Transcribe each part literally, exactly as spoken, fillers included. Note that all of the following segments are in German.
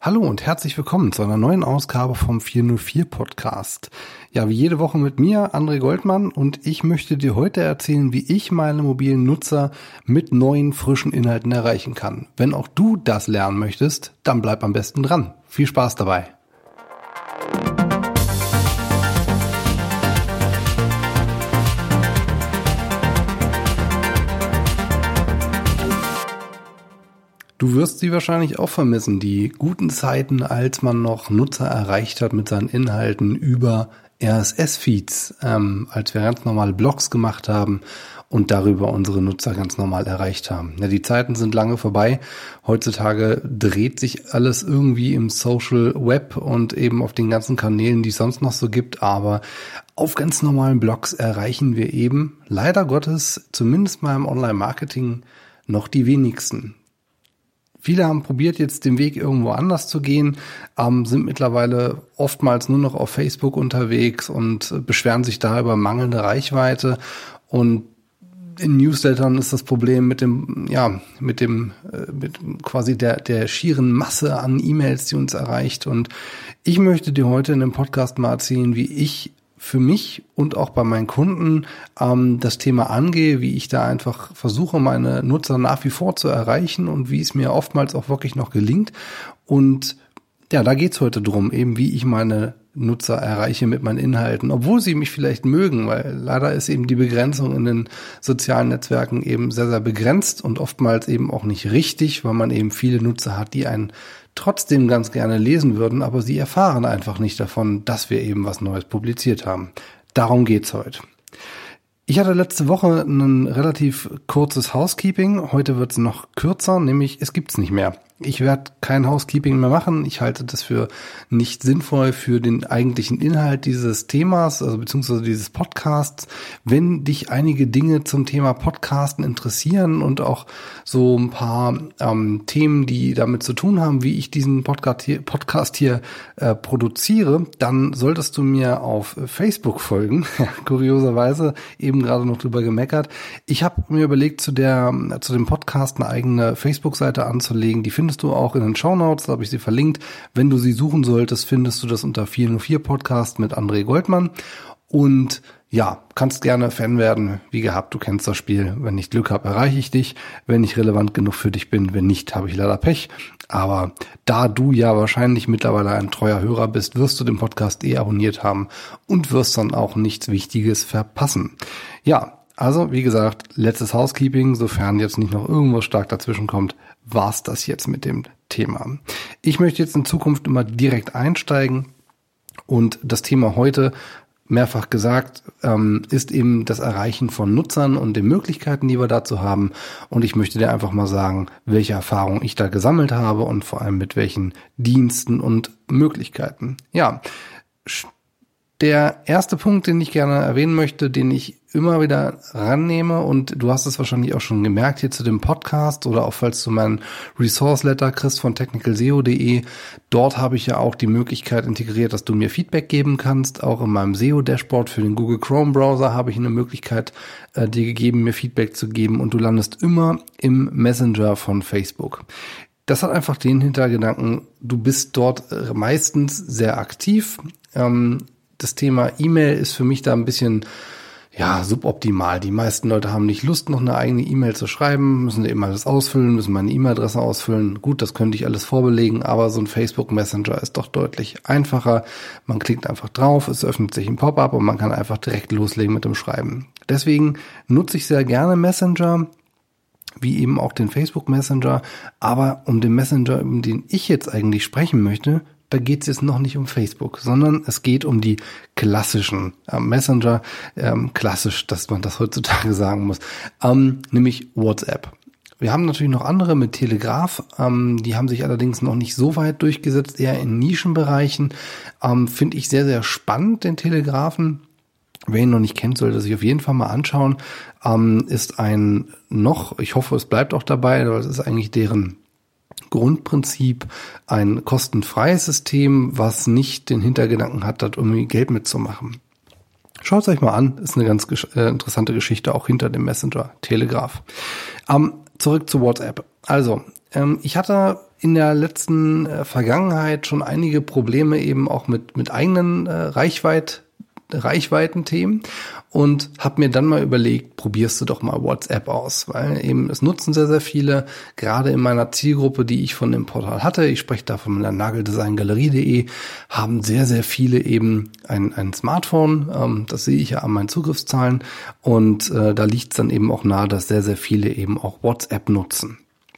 Hallo und herzlich willkommen zu einer neuen Ausgabe vom vier null vier Podcast. Ja, wie jede Woche mit mir, André Goldmann, und ich möchte dir heute erzählen, wie ich meine mobilen Nutzer mit neuen, frischen Inhalten erreichen kann. Wenn auch du das lernen möchtest, dann bleib am besten dran. Viel Spaß dabei! Du wirst sie wahrscheinlich auch vermissen, die guten Zeiten, als man noch Nutzer erreicht hat mit seinen Inhalten über R S S-Feeds, ähm, als wir ganz normale Blogs gemacht haben und darüber unsere Nutzer ganz normal erreicht haben. Ja, die Zeiten sind lange vorbei. Heutzutage dreht sich alles irgendwie im Social Web und eben auf den ganzen Kanälen, die es sonst noch so gibt, aber auf ganz normalen Blogs erreichen wir eben, leider Gottes, zumindest mal im Online-Marketing, noch die wenigsten. Viele haben probiert, jetzt den Weg irgendwo anders zu gehen, ähm, sind mittlerweile oftmals nur noch auf Facebook unterwegs und beschweren sich da über mangelnde Reichweite. Und in Newslettern ist das Problem mit dem, ja, mit dem, äh, mit quasi der, der schieren Masse an E-Mails, die uns erreicht. Und ich möchte dir heute in dem Podcast mal erzählen, wie ich für mich und auch bei meinen Kunden ähm, das Thema angehe, wie ich da einfach versuche, meine Nutzer nach wie vor zu erreichen und wie es mir oftmals auch wirklich noch gelingt. Und ja, da geht's heute drum, eben wie ich meine Nutzer erreiche mit meinen Inhalten, obwohl sie mich vielleicht mögen, weil leider ist eben die Begrenzung in den sozialen Netzwerken eben sehr, sehr begrenzt und oftmals eben auch nicht richtig, weil man eben viele Nutzer hat, die einen trotzdem ganz gerne lesen würden, aber sie erfahren einfach nicht davon, dass wir eben was Neues publiziert haben. Darum geht's heute. Ich hatte letzte Woche ein relativ kurzes Housekeeping. Heute wird's noch kürzer, nämlich es gibt's nicht mehr. Ich werde kein Housekeeping mehr machen. Ich halte das für nicht sinnvoll für den eigentlichen Inhalt dieses Themas, also beziehungsweise dieses Podcasts. Wenn dich einige Dinge zum Thema Podcasten interessieren und auch so ein paar ähm, Themen, die damit zu tun haben, wie ich diesen Podcast hier, Podcast hier äh, produziere, dann solltest du mir auf Facebook folgen. Kurioserweise eben gerade noch drüber gemeckert. Ich habe mir überlegt, zu der zu dem Podcast eine eigene Facebook-Seite anzulegen. Die findest du auch in den Shownotes, da habe ich sie verlinkt. Wenn du sie suchen solltest, findest du das unter vier null vier Podcast mit André Goldmann. Und ja, kannst gerne Fan werden. Wie gehabt, du kennst das Spiel. Wenn ich Glück habe, erreiche ich dich. Wenn ich relevant genug für dich bin, wenn nicht, habe ich leider Pech. Aber da du ja wahrscheinlich mittlerweile ein treuer Hörer bist, wirst du den Podcast eh abonniert haben und wirst dann auch nichts Wichtiges verpassen. Ja, also wie gesagt, letztes Housekeeping, sofern jetzt nicht noch irgendwas stark dazwischen kommt, war's das jetzt mit dem Thema. Ich möchte jetzt in Zukunft immer direkt einsteigen und das Thema heute, mehrfach gesagt, ähm, ist eben das Erreichen von Nutzern und den Möglichkeiten, die wir dazu haben. Und ich möchte dir einfach mal sagen, welche Erfahrungen ich da gesammelt habe und vor allem mit welchen Diensten und Möglichkeiten. Ja, der erste Punkt, den ich gerne erwähnen möchte, den ich immer wieder rannehme, und du hast es wahrscheinlich auch schon gemerkt hier zu dem Podcast oder auch falls du meinen Resource-Letter kriegst von technical S E O punkt de, dort habe ich ja auch die Möglichkeit integriert, dass du mir Feedback geben kannst. Auch in meinem S E O-Dashboard für den Google Chrome-Browser habe ich eine Möglichkeit, äh, dir gegeben, mir Feedback zu geben, und du landest immer im Messenger von Facebook. Das hat einfach den Hintergedanken, du bist dort meistens sehr aktiv. Ähm, Das Thema E-Mail ist für mich da ein bisschen, ja, suboptimal. Die meisten Leute haben nicht Lust, noch eine eigene E-Mail zu schreiben, müssen eben alles ausfüllen, müssen meine E-Mail-Adresse ausfüllen. Gut, das könnte ich alles vorbelegen, aber so ein Facebook Messenger ist doch deutlich einfacher. Man klickt einfach drauf, es öffnet sich ein Pop-up und man kann einfach direkt loslegen mit dem Schreiben. Deswegen nutze ich sehr gerne Messenger, wie eben auch den Facebook Messenger. Aber um den Messenger, um den ich jetzt eigentlich sprechen möchte, da geht es jetzt noch nicht um Facebook, sondern es geht um die klassischen äh, Messenger, ähm, klassisch, dass man das heutzutage sagen muss, ähm, nämlich WhatsApp. Wir haben natürlich noch andere mit Telegraph, ähm, die haben sich allerdings noch nicht so weit durchgesetzt, eher in Nischenbereichen. Ähm, finde ich sehr, sehr spannend, den Telegraphen. Wer ihn noch nicht kennt, sollte sich auf jeden Fall mal anschauen. Ähm, ist ein noch, ich hoffe, es bleibt auch dabei, aber es ist eigentlich deren Grundprinzip ein kostenfreies System, was nicht den Hintergedanken hat, dort irgendwie Geld mitzumachen. Schaut es euch mal an, ist eine ganz äh, interessante Geschichte auch hinter dem Messenger Telegraph. Ähm, zurück zu WhatsApp. Also, ähm, ich hatte in der letzten äh, Vergangenheit schon einige Probleme eben auch mit mit eigenen äh, Reichweit Reichweitenthemen und habe mir dann mal überlegt, probierst du doch mal WhatsApp aus, weil eben es nutzen sehr, sehr viele, gerade in meiner Zielgruppe, die ich von dem Portal hatte, ich spreche da von der nageldesignGalerie punkt de, haben sehr, sehr viele eben ein, ein Smartphone, ähm, das sehe ich ja an meinen Zugriffszahlen und äh, da liegt es dann eben auch nahe, dass sehr, sehr viele eben auch WhatsApp nutzen.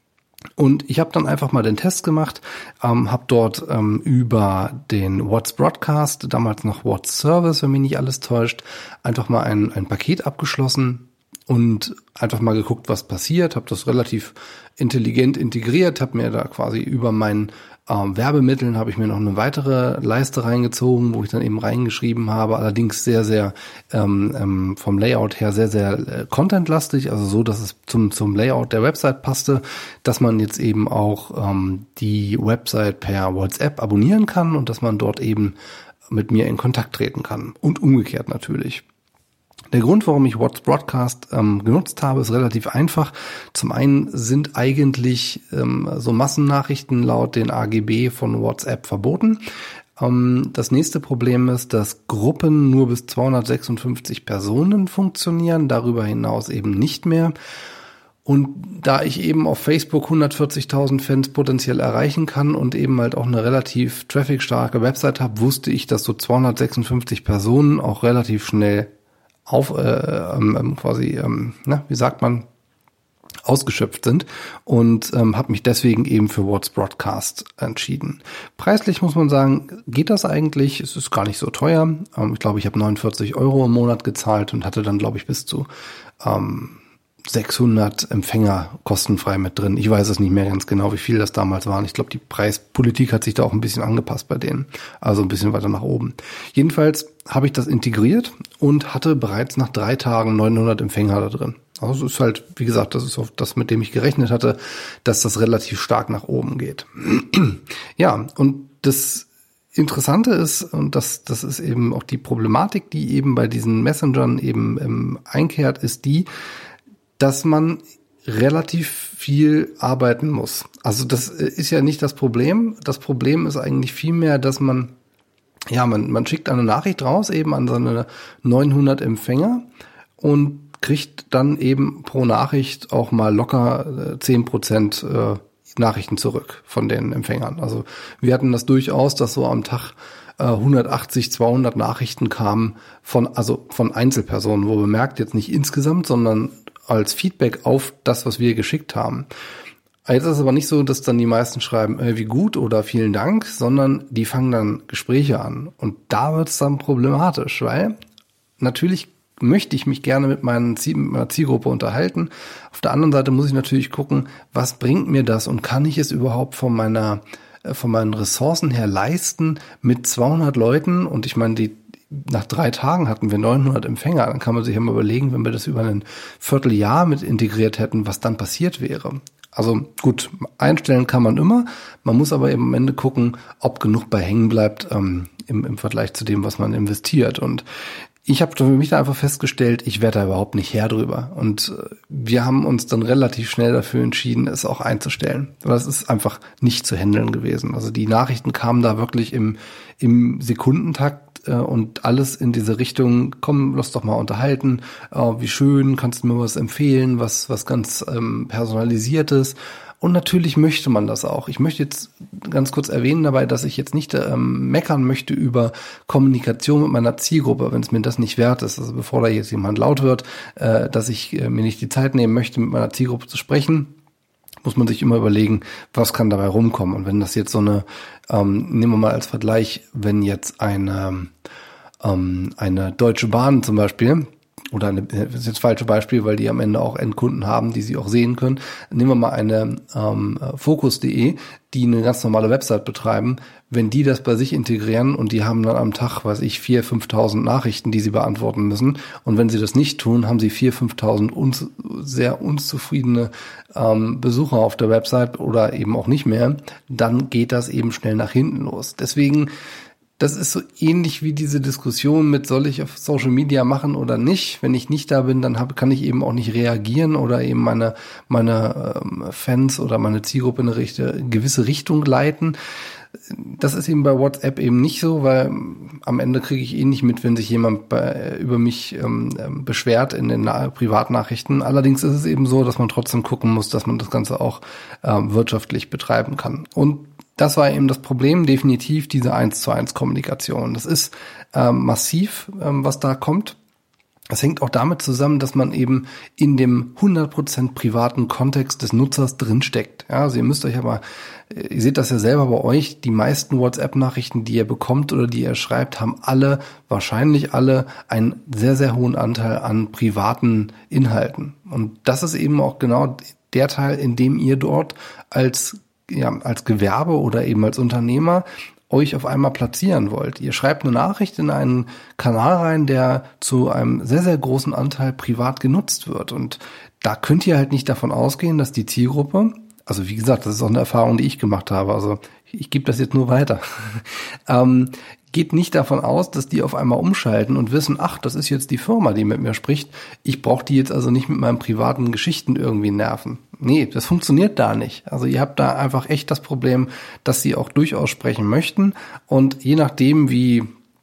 Und ich habe dann einfach mal den Test gemacht, ähm, habe dort ähm, über den What's Broadcast, damals noch What's Service, wenn mich nicht alles täuscht, einfach mal ein, ein Paket abgeschlossen und einfach mal geguckt, was passiert, habe das relativ intelligent integriert, habe mir da quasi über meinen ähm, Werbemitteln habe ich mir noch eine weitere Leiste reingezogen, wo ich dann eben reingeschrieben habe, allerdings sehr, sehr ähm, ähm, vom Layout her sehr, sehr äh, contentlastig, also so, dass es zum zum Layout der Website passte, dass man jetzt eben auch ähm, die Website per WhatsApp abonnieren kann und dass man dort eben mit mir in Kontakt treten kann und umgekehrt natürlich. Der Grund, warum ich What's Broadcast ähm, genutzt habe, ist relativ einfach. Zum einen sind eigentlich ähm, so Massennachrichten laut den A G B von WhatsApp verboten. Ähm, das nächste Problem ist, dass Gruppen nur bis zweihundertsechsundfünfzig Personen funktionieren, darüber hinaus eben nicht mehr. Und da ich eben auf Facebook hundertvierzigtausend Fans potenziell erreichen kann und eben halt auch eine relativ trafficstarke Website habe, wusste ich, dass so zweihundertsechsundfünfzig Personen auch relativ schnell auf äh, ähm, quasi, ähm, na, wie sagt man, ausgeschöpft sind und ähm, habe mich deswegen eben für What's Broadcast entschieden. Preislich muss man sagen, geht das eigentlich, es ist gar nicht so teuer. Ähm, ich glaube, ich habe neunundvierzig Euro im Monat gezahlt und hatte dann, glaube ich, bis zu ähm, sechshundert Empfänger kostenfrei mit drin. Ich weiß es nicht mehr ganz genau, wie viel das damals waren. Ich glaube, die Preispolitik hat sich da auch ein bisschen angepasst bei denen. Also ein bisschen weiter nach oben. Jedenfalls habe ich das integriert und hatte bereits nach drei Tagen neunhundert Empfänger da drin. Also es ist halt, wie gesagt, das ist auch das, mit dem ich gerechnet hatte, dass das relativ stark nach oben geht. Ja, und das Interessante ist, und das, das ist eben auch die Problematik, die eben bei diesen Messengern eben ähm, einkehrt, ist die, dass man relativ viel arbeiten muss. Also das ist ja nicht das Problem. Das Problem ist eigentlich vielmehr, dass man, ja, man, man schickt eine Nachricht raus, eben an seine neunhundert Empfänger und kriegt dann eben pro Nachricht auch mal locker zehn Prozent äh, Nachrichten zurück von den Empfängern. Also wir hatten das durchaus, dass so am Tag äh, hundertachtzig, zweihundert Nachrichten kamen von, also von Einzelpersonen, wo bemerkt jetzt nicht insgesamt, sondern als Feedback auf das, was wir geschickt haben. Jetzt ist es aber nicht so, dass dann die meisten schreiben, äh, wie gut oder vielen Dank, sondern die fangen dann Gespräche an. Und da wird es dann problematisch, weil natürlich möchte ich mich gerne mit, meinen Ziel, mit meiner Zielgruppe unterhalten. Auf der anderen Seite muss ich natürlich gucken, was bringt mir das und kann ich es überhaupt von meiner, von meinen Ressourcen her leisten mit zweihundert Leuten? Und ich meine, die nach drei Tagen hatten wir neunhundert Empfänger. Dann kann man sich ja mal überlegen, wenn wir das über ein Vierteljahr mit integriert hätten, was dann passiert wäre. Also gut, einstellen kann man immer. Man muss aber eben am Ende gucken, ob genug bei hängen bleibt ähm, im, im Vergleich zu dem, was man investiert. Und ich habe für mich da einfach festgestellt, ich werde da überhaupt nicht her drüber. Und wir haben uns dann relativ schnell dafür entschieden, es auch einzustellen. Aber es ist einfach nicht zu handeln gewesen. Also die Nachrichten kamen da wirklich im, im Sekundentakt äh, und alles in diese Richtung, komm, lass doch mal unterhalten, äh, wie schön, kannst du mir was empfehlen, was, was ganz ähm, Personalisiertes. Und natürlich möchte man das auch. Ich möchte jetzt ganz kurz erwähnen dabei, dass ich jetzt nicht ähm, meckern möchte über Kommunikation mit meiner Zielgruppe, wenn es mir das nicht wert ist. Also bevor da jetzt jemand laut wird, äh, dass ich äh, mir nicht die Zeit nehmen möchte, mit meiner Zielgruppe zu sprechen, muss man sich immer überlegen, was kann dabei rumkommen. Und wenn das jetzt so eine, ähm, nehmen wir mal als Vergleich, wenn jetzt eine, ähm, eine Deutsche Bahn zum Beispiel, oder eine, das ist jetzt das falsche Beispiel, weil die am Ende auch Endkunden haben, die sie auch sehen können. Nehmen wir mal eine ähm, Focus punkt de, die eine ganz normale Website betreiben. Wenn die das bei sich integrieren und die haben dann am Tag, weiß ich, viertausend, fünftausend Nachrichten, die sie beantworten müssen. Und wenn sie das nicht tun, haben sie viertausend, fünftausend uns, sehr unzufriedene ähm, Besucher auf der Website oder eben auch nicht mehr. Dann geht das eben schnell nach hinten los. Deswegen Das ist so ähnlich wie diese Diskussion mit, soll ich auf Social Media machen oder nicht? Wenn ich nicht da bin, dann hab, kann ich eben auch nicht reagieren oder eben meine meine ähm, Fans oder meine Zielgruppe in eine richte, gewisse Richtung leiten. Das ist eben bei WhatsApp eben nicht so, weil am Ende kriege ich eh nicht mit, wenn sich jemand bei, über mich ähm, beschwert in den Na- Privatnachrichten. Allerdings ist es eben so, dass man trotzdem gucken muss, dass man das Ganze auch ähm, wirtschaftlich betreiben kann. Und das war eben das Problem, definitiv diese eins zu eins Kommunikation. Das ist ähm, massiv, ähm, was da kommt. Das hängt auch damit zusammen, dass man eben in dem hundert Prozent privaten Kontext des Nutzers drinsteckt. Ja, also ihr müsst euch aber, ihr seht das ja selber bei euch, die meisten WhatsApp-Nachrichten, die ihr bekommt oder die ihr schreibt, haben alle, wahrscheinlich alle, einen sehr, sehr hohen Anteil an privaten Inhalten. Und das ist eben auch genau der Teil, in dem ihr dort als ja, als Gewerbe oder eben als Unternehmer euch auf einmal platzieren wollt. Ihr schreibt eine Nachricht in einen Kanal rein, der zu einem sehr, sehr großen Anteil privat genutzt wird. Und da könnt ihr halt nicht davon ausgehen, dass die Zielgruppe, also wie gesagt, das ist auch eine Erfahrung, die ich gemacht habe, also ich gebe das jetzt nur weiter, ähm, geht nicht davon aus, dass die auf einmal umschalten und wissen, ach, das ist jetzt die Firma, die mit mir spricht. Ich brauche die jetzt also nicht mit meinen privaten Geschichten irgendwie nerven. Nee, das funktioniert da nicht. Also ihr habt da einfach echt das Problem, dass sie auch durchaus sprechen möchten. Und je nachdem, wie,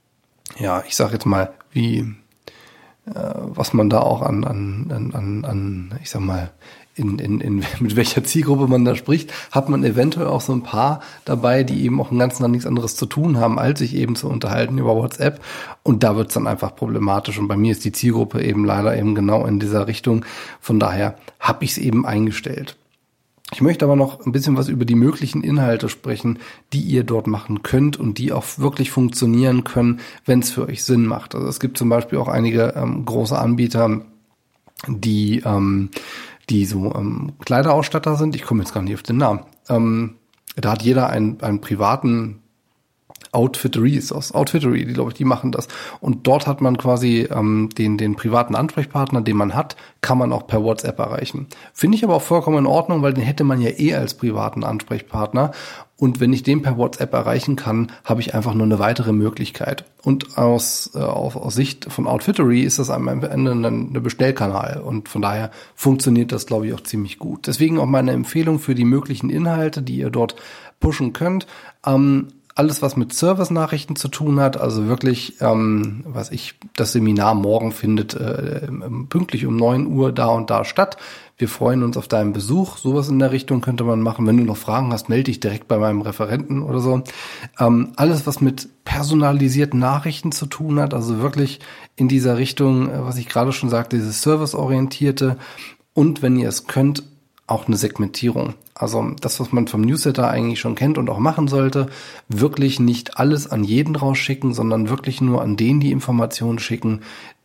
ja, ich sag jetzt mal, wie, äh, was man da auch an, an, an, an, ich sag mal, In, in, in, mit welcher Zielgruppe man da spricht, hat man eventuell auch so ein paar dabei, die eben auch den ganzen Tag nichts anderes zu tun haben, als sich eben zu unterhalten über WhatsApp. Und da wird's dann einfach problematisch. Und bei mir ist die Zielgruppe eben leider eben genau in dieser Richtung. Von daher habe ich es eben eingestellt. Ich möchte aber noch ein bisschen was über die möglichen Inhalte sprechen, die ihr dort machen könnt und die auch wirklich funktionieren können, wenn es für euch Sinn macht. Also es gibt zum Beispiel auch einige ähm, große Anbieter, die ähm, die so ähm, Kleiderausstatter sind. Ich komme jetzt gar nicht auf den Namen. Ähm, da hat jeder einen, einen privaten Outfittery, ist aus Outfittery, die glaube ich, die machen das. Und dort hat man quasi ähm, den den privaten Ansprechpartner, den man hat, kann man auch per WhatsApp erreichen. Finde ich aber auch vollkommen in Ordnung, weil den hätte man ja eh als privaten Ansprechpartner. Und wenn ich den per WhatsApp erreichen kann, habe ich einfach nur eine weitere Möglichkeit. Und aus, äh, aus, aus Sicht von Outfittery ist das am Ende ein, ein Bestellkanal. Und von daher funktioniert das, glaube ich, auch ziemlich gut. Deswegen auch meine Empfehlung für die möglichen Inhalte, die ihr dort pushen könnt. Ähm, alles, was mit Service-Nachrichten zu tun hat, also wirklich, ähm, was ich, das Seminar morgen findet äh, pünktlich um neun Uhr da und da statt. Wir freuen uns auf deinen Besuch. Sowas in der Richtung könnte man machen. Wenn du noch Fragen hast, melde dich direkt bei meinem Referenten oder so. Ähm, alles, was mit personalisierten Nachrichten zu tun hat, also wirklich in dieser Richtung, was ich gerade schon sagte, dieses Service-orientierte und, wenn ihr es könnt, auch eine Segmentierung. Also das, was man vom Newsletter eigentlich schon kennt und auch machen sollte, wirklich nicht alles an jeden rausschicken, sondern wirklich nur an denen die Informationen schicken,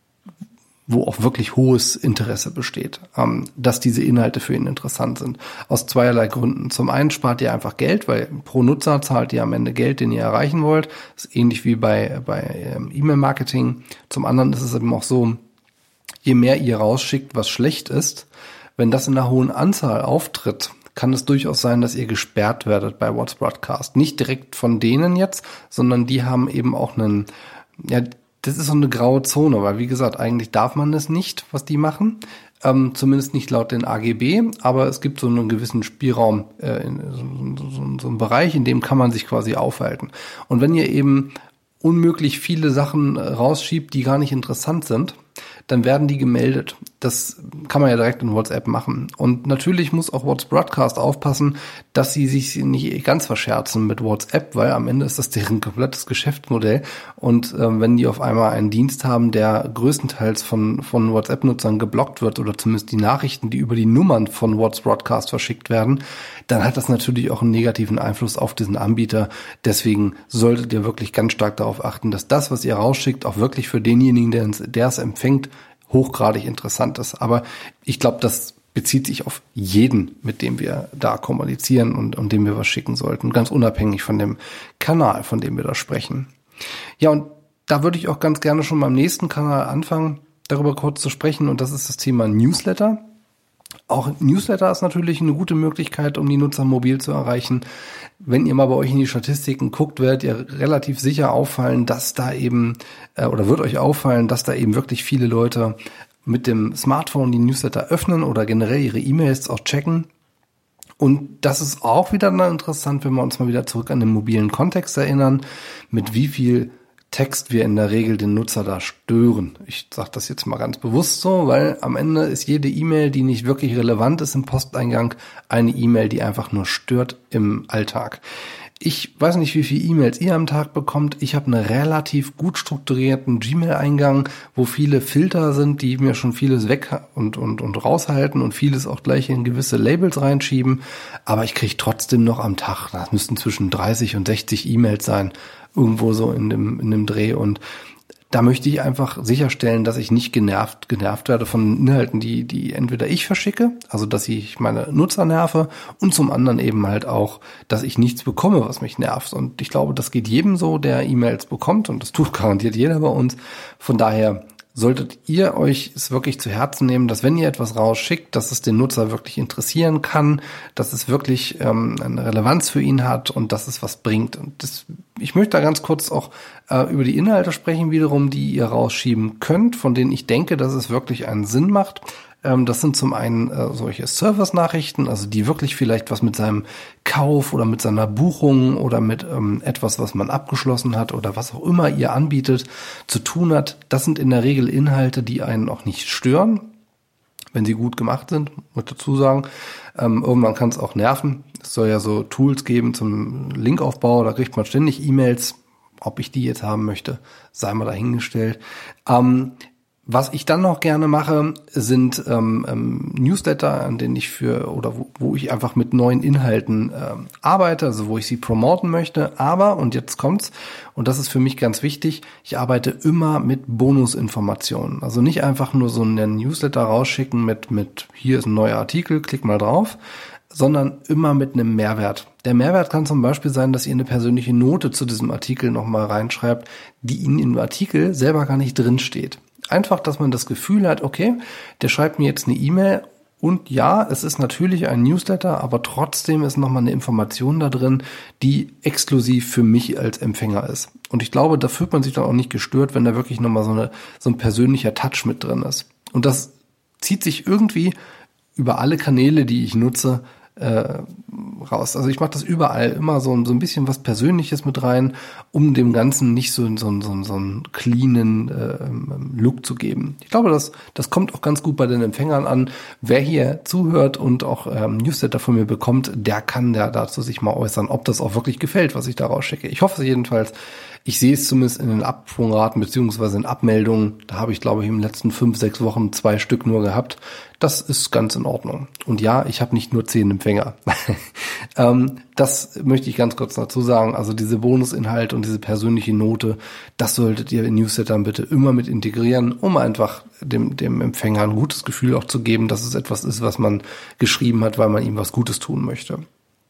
wo auch wirklich hohes Interesse besteht, ähm, dass diese Inhalte für ihn interessant sind. Aus zweierlei Gründen. Zum einen spart ihr einfach Geld, weil pro Nutzer zahlt ihr am Ende Geld, den ihr erreichen wollt. Das ist ähnlich wie bei, bei ähm, E-Mail-Marketing. Zum anderen ist es eben auch so, je mehr ihr rausschickt, was schlecht ist, wenn das in einer hohen Anzahl auftritt, kann es durchaus sein, dass ihr gesperrt werdet bei WhatsApp Broadcast. Nicht direkt von denen jetzt, sondern die haben eben auch einen, ja, das ist so eine graue Zone, weil wie gesagt, eigentlich darf man das nicht, was die machen, ähm, zumindest nicht laut den A G B, aber es gibt so einen gewissen Spielraum, äh, in, so, so, so einen Bereich, in dem kann man sich quasi aufhalten. Und wenn ihr eben unmöglich viele Sachen rausschiebt, die gar nicht interessant sind, dann werden die gemeldet. Das kann man ja direkt in WhatsApp machen. Und natürlich muss auch WhatsApp Broadcast aufpassen, dass sie sich nicht ganz verscherzen mit WhatsApp, weil am Ende ist das deren komplettes Geschäftsmodell. Und äh, wenn die auf einmal einen Dienst haben, der größtenteils von von WhatsApp-Nutzern geblockt wird oder zumindest die Nachrichten, die über die Nummern von WhatsApp Broadcast verschickt werden, dann hat das natürlich auch einen negativen Einfluss auf diesen Anbieter. Deswegen solltet ihr wirklich ganz stark darauf achten, dass das, was ihr rausschickt, auch wirklich für denjenigen, der, der es empfängt, hochgradig interessant ist. Aber ich glaube, das bezieht sich auf jeden, mit dem wir da kommunizieren und, und dem wir was schicken sollten, ganz unabhängig von dem Kanal, von dem wir da sprechen. Ja, und da würde ich auch ganz gerne schon beim nächsten Kanal anfangen, darüber kurz zu sprechen, und das ist das Thema Newsletter. Auch Newsletter ist natürlich eine gute Möglichkeit, um die Nutzer mobil zu erreichen. Wenn ihr mal bei euch in die Statistiken guckt, werdet ihr relativ sicher auffallen, dass da eben, äh, oder wird euch auffallen, dass da eben wirklich viele Leute mit dem Smartphone die Newsletter öffnen oder generell ihre E-Mails auch checken. Und das ist auch wieder dann interessant, wenn wir uns mal wieder zurück an den mobilen Kontext erinnern, mit wie viel Text wir in der Regel den Nutzer da stören. Ich sage das jetzt mal ganz bewusst so, weil am Ende ist jede E-Mail, die nicht wirklich relevant ist im Posteingang, eine E-Mail, die einfach nur stört im Alltag. Ich weiß nicht, wie viele E-Mails ihr am Tag bekommt. Ich habe einen relativ gut strukturierten Gmail-Eingang, wo viele Filter sind, die mir schon vieles weg und, und, und raushalten und vieles auch gleich in gewisse Labels reinschieben. Aber ich kriege trotzdem noch am Tag, das müssten zwischen dreißig und sechzig E-Mails sein, irgendwo so in dem, in dem Dreh. Und da möchte ich einfach sicherstellen, dass ich nicht genervt, genervt werde von Inhalten, die, die entweder ich verschicke, also dass ich meine Nutzer nerve, und zum anderen eben halt auch, dass ich nichts bekomme, was mich nervt. Und ich glaube, das geht jedem so, der E-Mails bekommt, und das tut garantiert jeder bei uns. Von daher solltet ihr euch es wirklich zu Herzen nehmen, dass wenn ihr etwas rausschickt, dass es den Nutzer wirklich interessieren kann, dass es wirklich ähm, eine Relevanz für ihn hat und dass es was bringt. Und das, ich möchte da ganz kurz auch äh, über die Inhalte sprechen wiederum, die ihr rausschieben könnt, von denen ich denke, dass es wirklich einen Sinn macht. Ähm, das sind zum einen äh, solche Service-Nachrichten, also die wirklich vielleicht was mit seinem Kauf oder mit seiner Buchung oder mit ähm, etwas, was man abgeschlossen hat oder was auch immer ihr anbietet, zu tun hat. Das sind in der Regel Inhalte, die einen auch nicht stören, wenn sie gut gemacht sind, muss ich dazu sagen. Ähm, irgendwann kann es auch nerven. Es soll ja so Tools geben zum Linkaufbau, da kriegt man ständig E-Mails. Ob ich die jetzt haben möchte, sei mal dahingestellt. Ähm, Was ich dann noch gerne mache, sind ähm, ähm, Newsletter, an denen ich für oder wo, wo ich einfach mit neuen Inhalten ähm, arbeite, also wo ich sie promoten möchte. Aber, und jetzt kommt's, und das ist für mich ganz wichtig, ich arbeite immer mit Bonusinformationen. Also nicht einfach nur so einen Newsletter rausschicken mit, mit hier ist ein neuer Artikel, klick mal drauf, sondern immer mit einem Mehrwert. Der Mehrwert kann zum Beispiel sein, dass ihr eine persönliche Note zu diesem Artikel nochmal reinschreibt, die Ihnen im Artikel selber gar nicht drin steht. Einfach, dass man das Gefühl hat, okay, der schreibt mir jetzt eine E-Mail und ja, es ist natürlich ein Newsletter, aber trotzdem ist nochmal eine Information da drin, die exklusiv für mich als Empfänger ist. Und ich glaube, da fühlt man sich dann auch nicht gestört, wenn da wirklich nochmal so eine, so ein persönlicher Touch mit drin ist. Und das zieht sich irgendwie über alle Kanäle, die ich nutze, äh, raus. Also ich mache das überall immer so, so ein bisschen was Persönliches mit rein, um dem Ganzen nicht so, so, so, so einen cleanen äh, Look zu geben. Ich glaube, das, das kommt auch ganz gut bei den Empfängern an. Wer hier zuhört und auch ähm, Newsletter von mir bekommt, der kann ja dazu sich mal äußern, ob das auch wirklich gefällt, was ich da rausschicke. Ich hoffe es jedenfalls. Ich sehe es zumindest in den Absprungraten beziehungsweise in Abmeldungen. Da habe ich, glaube ich, in den letzten fünf, sechs Wochen zwei Stück nur gehabt. Das ist ganz in Ordnung. Und ja, ich habe nicht nur zehn Empfänger. ähm, das möchte ich ganz kurz dazu sagen. Also diese Bonusinhalt und diese persönliche Note, das solltet ihr in Newslettern bitte immer mit integrieren, um einfach dem, dem Empfänger ein gutes Gefühl auch zu geben, dass es etwas ist, was man geschrieben hat, weil man ihm was Gutes tun möchte.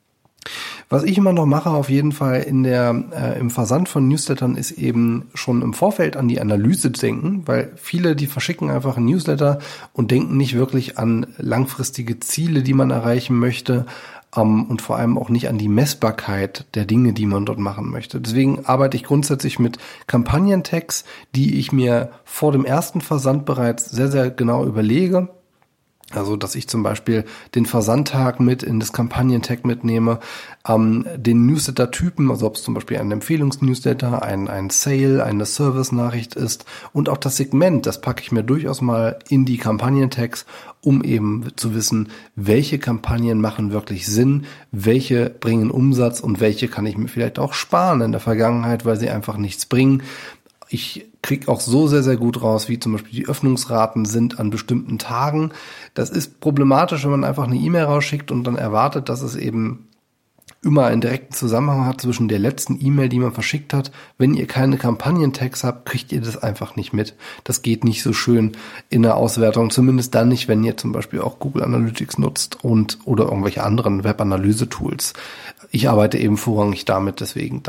Was ich immer noch mache, auf jeden Fall in der äh, im Versand von Newslettern, ist eben schon im Vorfeld an die Analyse denken, weil viele, die verschicken einfach einen Newsletter und denken nicht wirklich an langfristige Ziele, die man erreichen möchte, ähm, und vor allem auch nicht an die Messbarkeit der Dinge, die man dort machen möchte. Deswegen arbeite ich grundsätzlich mit Kampagnentags, die ich mir vor dem ersten Versand bereits sehr, sehr genau überlege. Also, dass ich zum Beispiel den Versandtag mit in das Kampagnentag mitnehme, ähm, den Newsletter-Typen, also ob es zum Beispiel ein Empfehlungsnewsletter, ein, ein Sale, eine Service-Nachricht ist, und auch das Segment, das packe ich mir durchaus mal in die Kampagnentags, um eben zu wissen, welche Kampagnen machen wirklich Sinn, welche bringen Umsatz und welche kann ich mir vielleicht auch sparen in der Vergangenheit, weil sie einfach nichts bringen. Ich kriege auch so sehr, sehr gut raus, wie zum Beispiel die Öffnungsraten sind an bestimmten Tagen. Das ist problematisch, wenn man einfach eine E-Mail rausschickt und dann erwartet, dass es eben immer einen direkten Zusammenhang hat zwischen der letzten E-Mail, die man verschickt hat. Wenn ihr keine Kampagnentags habt, kriegt ihr das einfach nicht mit. Das geht nicht so schön in der Auswertung, zumindest dann nicht, wenn ihr zum Beispiel auch Google Analytics nutzt und oder irgendwelche anderen Webanalyse-Tools. Ich arbeite eben vorrangig damit, deswegen da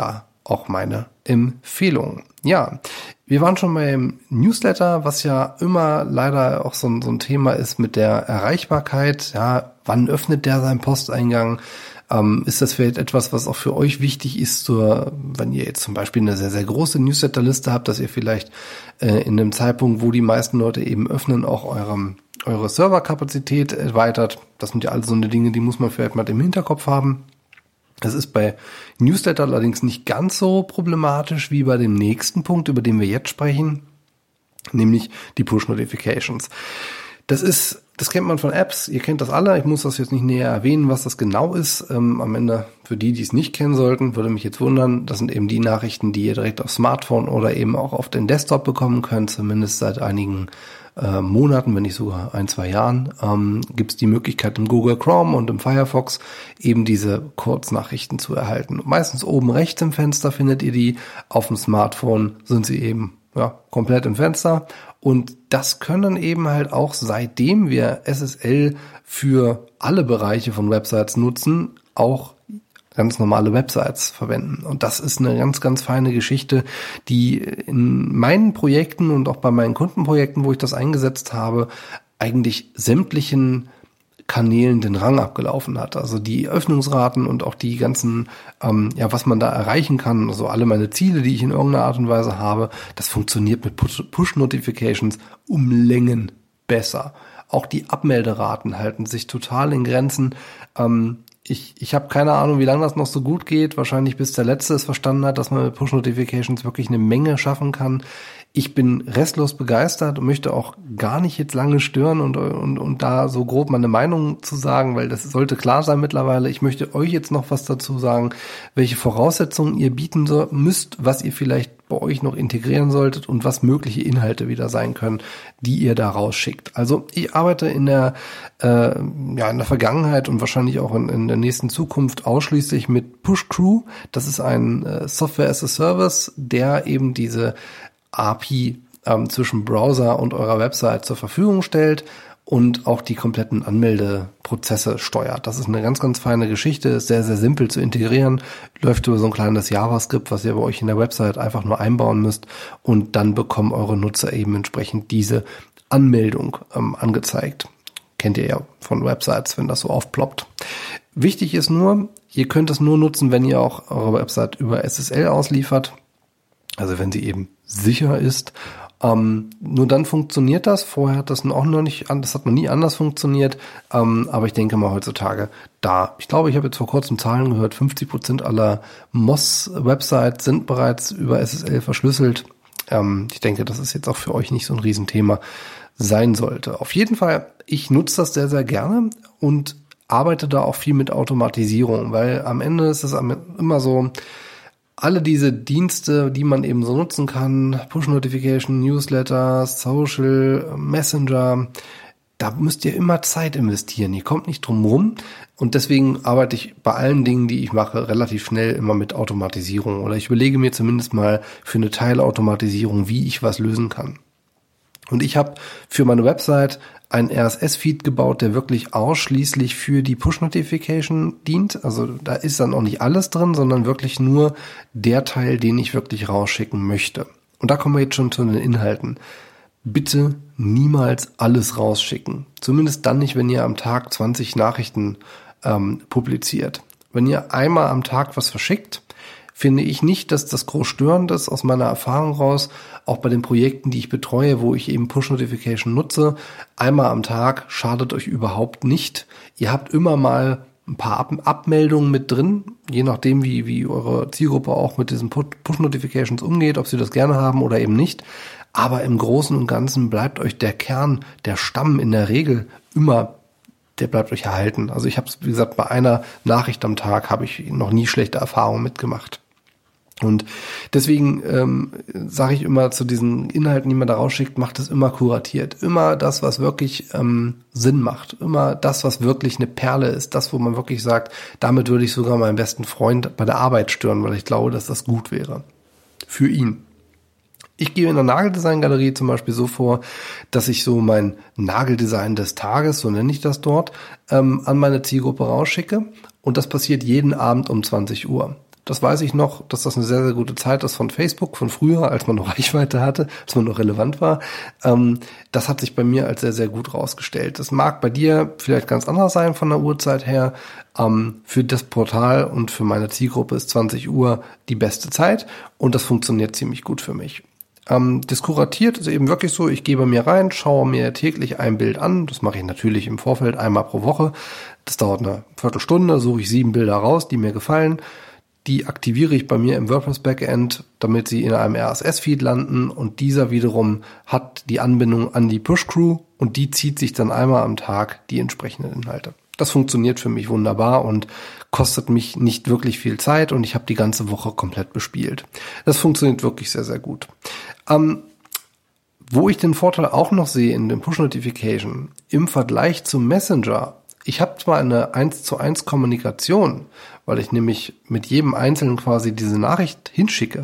auch meine Empfehlung. Ja, wir waren schon beim Newsletter, was ja immer leider auch so ein, so ein Thema ist mit der Erreichbarkeit. Ja, wann öffnet der seinen Posteingang? Ähm, ist das vielleicht etwas, was auch für euch wichtig ist, zur, wenn ihr jetzt zum Beispiel eine sehr, sehr große Newsletterliste habt, dass ihr vielleicht äh, in einem Zeitpunkt, wo die meisten Leute eben öffnen, auch eurem, eure Serverkapazität erweitert. Das sind ja all so eine Dinge, die muss man vielleicht mal im Hinterkopf haben. Das ist bei Newsletter allerdings nicht ganz so problematisch wie bei dem nächsten Punkt, über den wir jetzt sprechen, nämlich die Push-Notifications. Das ist, das kennt man von Apps, ihr kennt das alle, ich muss das jetzt nicht näher erwähnen, was das genau ist. Ähm, am Ende, für die, die es nicht kennen sollten, würde mich jetzt wundern, das sind eben die Nachrichten, die ihr direkt aufs Smartphone oder eben auch auf den Desktop bekommen könnt, zumindest seit einigen äh, Monaten, wenn nicht sogar ein, zwei Jahren, ähm, gibt es die Möglichkeit im Google Chrome und im Firefox eben diese Kurznachrichten zu erhalten. Meistens oben rechts im Fenster findet ihr die, auf dem Smartphone sind sie eben ja, komplett im Fenster. Und das können eben halt auch, seitdem wir S S L für alle Bereiche von Websites nutzen, auch ganz normale Websites verwenden. Und das ist eine ganz, ganz feine Geschichte, die in meinen Projekten und auch bei meinen Kundenprojekten, wo ich das eingesetzt habe, eigentlich sämtlichen Kanälen den Rang abgelaufen hat. Also die Öffnungsraten und auch die ganzen, ähm, ja, was man da erreichen kann, also alle meine Ziele, die ich in irgendeiner Art und Weise habe, das funktioniert mit Push-Notifications um Längen besser. Auch die Abmelderaten halten sich total in Grenzen. Ähm, ich ich habe keine Ahnung, wie lange das noch so gut geht. Wahrscheinlich bis der Letzte es verstanden hat, dass man mit Push-Notifications wirklich eine Menge schaffen kann. Ich bin restlos begeistert und möchte auch gar nicht jetzt lange stören und, und, und da so grob meine Meinung zu sagen, weil das sollte klar sein mittlerweile. Ich möchte euch jetzt noch was dazu sagen, welche Voraussetzungen ihr bieten so, müsst, was ihr vielleicht bei euch noch integrieren solltet und was mögliche Inhalte wieder sein können, die ihr da rausschickt. Also ich arbeite in der, äh, ja, in der Vergangenheit und wahrscheinlich auch in, in der nächsten Zukunft ausschließlich mit PushCrew. Das ist ein äh, Software as a Service, der eben diese A P I ähm, zwischen Browser und eurer Website zur Verfügung stellt und auch die kompletten Anmeldeprozesse steuert. Das ist eine ganz, ganz feine Geschichte, ist sehr, sehr simpel zu integrieren, läuft über so ein kleines JavaScript, was ihr bei euch in der Website einfach nur einbauen müsst und dann bekommen eure Nutzer eben entsprechend diese Anmeldung ähm, angezeigt. Kennt ihr ja von Websites, wenn das so aufploppt. Wichtig ist nur, ihr könnt es nur nutzen, wenn ihr auch eure Website über S S L ausliefert. Also wenn sie eben sicher ist. Ähm, nur dann funktioniert das. Vorher hat das auch noch nicht, das hat noch nie anders funktioniert. Ähm, aber ich denke mal heutzutage da, ich glaube, ich habe jetzt vor kurzem Zahlen gehört, fünfzig Prozent aller Moz-Websites sind bereits über S S L verschlüsselt. Ähm, ich denke, das ist jetzt auch für euch nicht so ein Riesenthema sein sollte. Auf jeden Fall, ich nutze das sehr, sehr gerne und arbeite da auch viel mit Automatisierung, weil am Ende ist es immer so, alle diese Dienste, die man eben so nutzen kann, Push-Notification, Newsletter, Social, Messenger, da müsst ihr immer Zeit investieren. Ihr kommt nicht drum rum und deswegen arbeite ich bei allen Dingen, die ich mache, relativ schnell immer mit Automatisierung oder ich überlege mir zumindest mal für eine Teilautomatisierung, wie ich was lösen kann. Und ich habe für meine Website einen R S S-Feed gebaut, der wirklich ausschließlich für die Push-Notification dient. Also da ist dann auch nicht alles drin, sondern wirklich nur der Teil, den ich wirklich rausschicken möchte. Und da kommen wir jetzt schon zu den Inhalten. Bitte niemals alles rausschicken. Zumindest dann nicht, wenn ihr am Tag zwanzig Nachrichten ähm, publiziert. Wenn ihr einmal am Tag was verschickt, finde ich nicht, dass das groß störend ist, aus meiner Erfahrung raus, auch bei den Projekten, die ich betreue, wo ich eben Push-Notification nutze. Einmal am Tag schadet euch überhaupt nicht. Ihr habt immer mal ein paar Ab- Abmeldungen mit drin, je nachdem, wie, wie eure Zielgruppe auch mit diesen Push-Notifications umgeht, ob sie das gerne haben oder eben nicht. Aber im Großen und Ganzen bleibt euch der Kern, der Stamm in der Regel immer, der bleibt euch erhalten. Also ich habe es, wie gesagt, bei einer Nachricht am Tag habe ich noch nie schlechte Erfahrungen mitgemacht. Und deswegen ähm, sage ich immer zu diesen Inhalten, die man da rausschickt, macht es immer kuratiert. Immer das, was wirklich ähm, Sinn macht. Immer das, was wirklich eine Perle ist. Das, wo man wirklich sagt, damit würde ich sogar meinen besten Freund bei der Arbeit stören, weil ich glaube, dass das gut wäre. Für ihn. Ich gehe in der Nageldesign-Galerie zum Beispiel so vor, dass ich so mein Nageldesign des Tages, so nenne ich das dort, ähm, an meine Zielgruppe rausschicke. Und das passiert jeden Abend um zwanzig Uhr. Das weiß ich noch, dass das eine sehr, sehr gute Zeit ist von Facebook, von früher, als man noch Reichweite hatte, als man noch relevant war. Ähm, das hat sich bei mir als sehr, sehr gut rausgestellt. Das mag bei dir vielleicht ganz anders sein von der Uhrzeit her. Ähm, für das Portal und für meine Zielgruppe ist zwanzig Uhr die beste Zeit und das funktioniert ziemlich gut für mich. Ähm, das kuratiert ist eben wirklich so, ich gehe bei mir rein, schaue mir täglich ein Bild an. Das mache ich natürlich im Vorfeld einmal pro Woche. Das dauert eine Viertelstunde, suche ich sieben Bilder raus, die mir gefallen. Die aktiviere ich bei mir im WordPress-Backend, damit sie in einem R S S-Feed landen und dieser wiederum hat die Anbindung an die Push-Crew und die zieht sich dann einmal am Tag die entsprechenden Inhalte. Das funktioniert für mich wunderbar und kostet mich nicht wirklich viel Zeit und ich habe die ganze Woche komplett bespielt. Das funktioniert wirklich sehr, sehr gut. Ähm, wo ich den Vorteil auch noch sehe in dem Push-Notification im Vergleich zum Messenger, ich habe zwar eine eins zu eins Kommunikation, weil ich nämlich mit jedem Einzelnen quasi diese Nachricht hinschicke.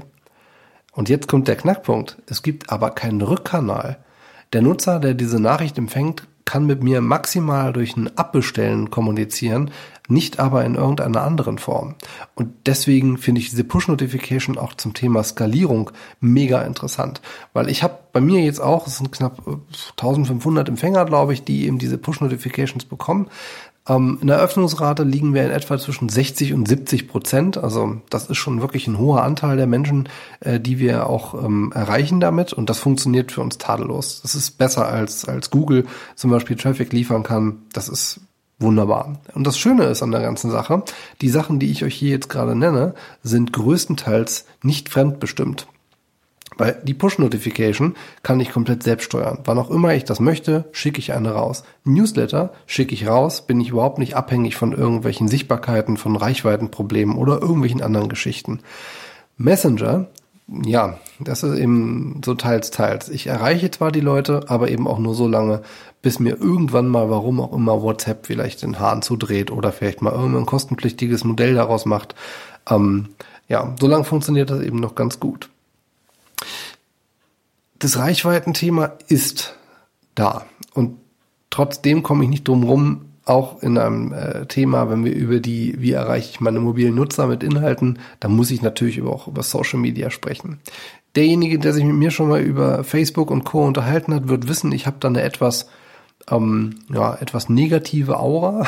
Und jetzt kommt der Knackpunkt. Es gibt aber keinen Rückkanal. Der Nutzer, der diese Nachricht empfängt, kann mit mir maximal durch ein Abbestellen kommunizieren, nicht aber in irgendeiner anderen Form. Und deswegen finde ich diese Push-Notification auch zum Thema Skalierung mega interessant. Weil ich habe bei mir jetzt auch, es sind knapp eintausendfünfhundert Empfänger, glaube ich, die eben diese Push-Notifications bekommen. Ähm, in der Öffnungsrate liegen wir in etwa zwischen sechzig und siebzig Prozent. Also das ist schon wirklich ein hoher Anteil der Menschen, äh, die wir auch ähm, erreichen damit. Und das funktioniert für uns tadellos. Das ist besser als als Google zum Beispiel Traffic liefern kann. Das ist wunderbar. Und das Schöne ist an der ganzen Sache, die Sachen, die ich euch hier jetzt gerade nenne, sind größtenteils nicht fremdbestimmt. Weil die Push-Notification kann ich komplett selbst steuern. Wann auch immer ich das möchte, schicke ich eine raus. Newsletter schicke ich raus, bin ich überhaupt nicht abhängig von irgendwelchen Sichtbarkeiten, von Reichweitenproblemen oder irgendwelchen anderen Geschichten. Messenger, ja, das ist eben so teils, teils. Ich erreiche zwar die Leute, aber eben auch nur so lange, bis mir irgendwann mal, warum auch immer, WhatsApp vielleicht den Hahn zudreht oder vielleicht mal irgendein kostenpflichtiges Modell daraus macht. Ähm, ja, so lange funktioniert das eben noch ganz gut. Das Reichweitenthema ist da und trotzdem komme ich nicht drum rum, auch in einem äh, Thema, wenn wir über die, wie erreiche ich meine mobilen Nutzer mit Inhalten, dann muss ich natürlich auch über Social Media sprechen. Derjenige, der sich mit mir schon mal über Facebook und Co. unterhalten hat, wird wissen, ich habe da eine etwas, ähm, ja, etwas negative Aura,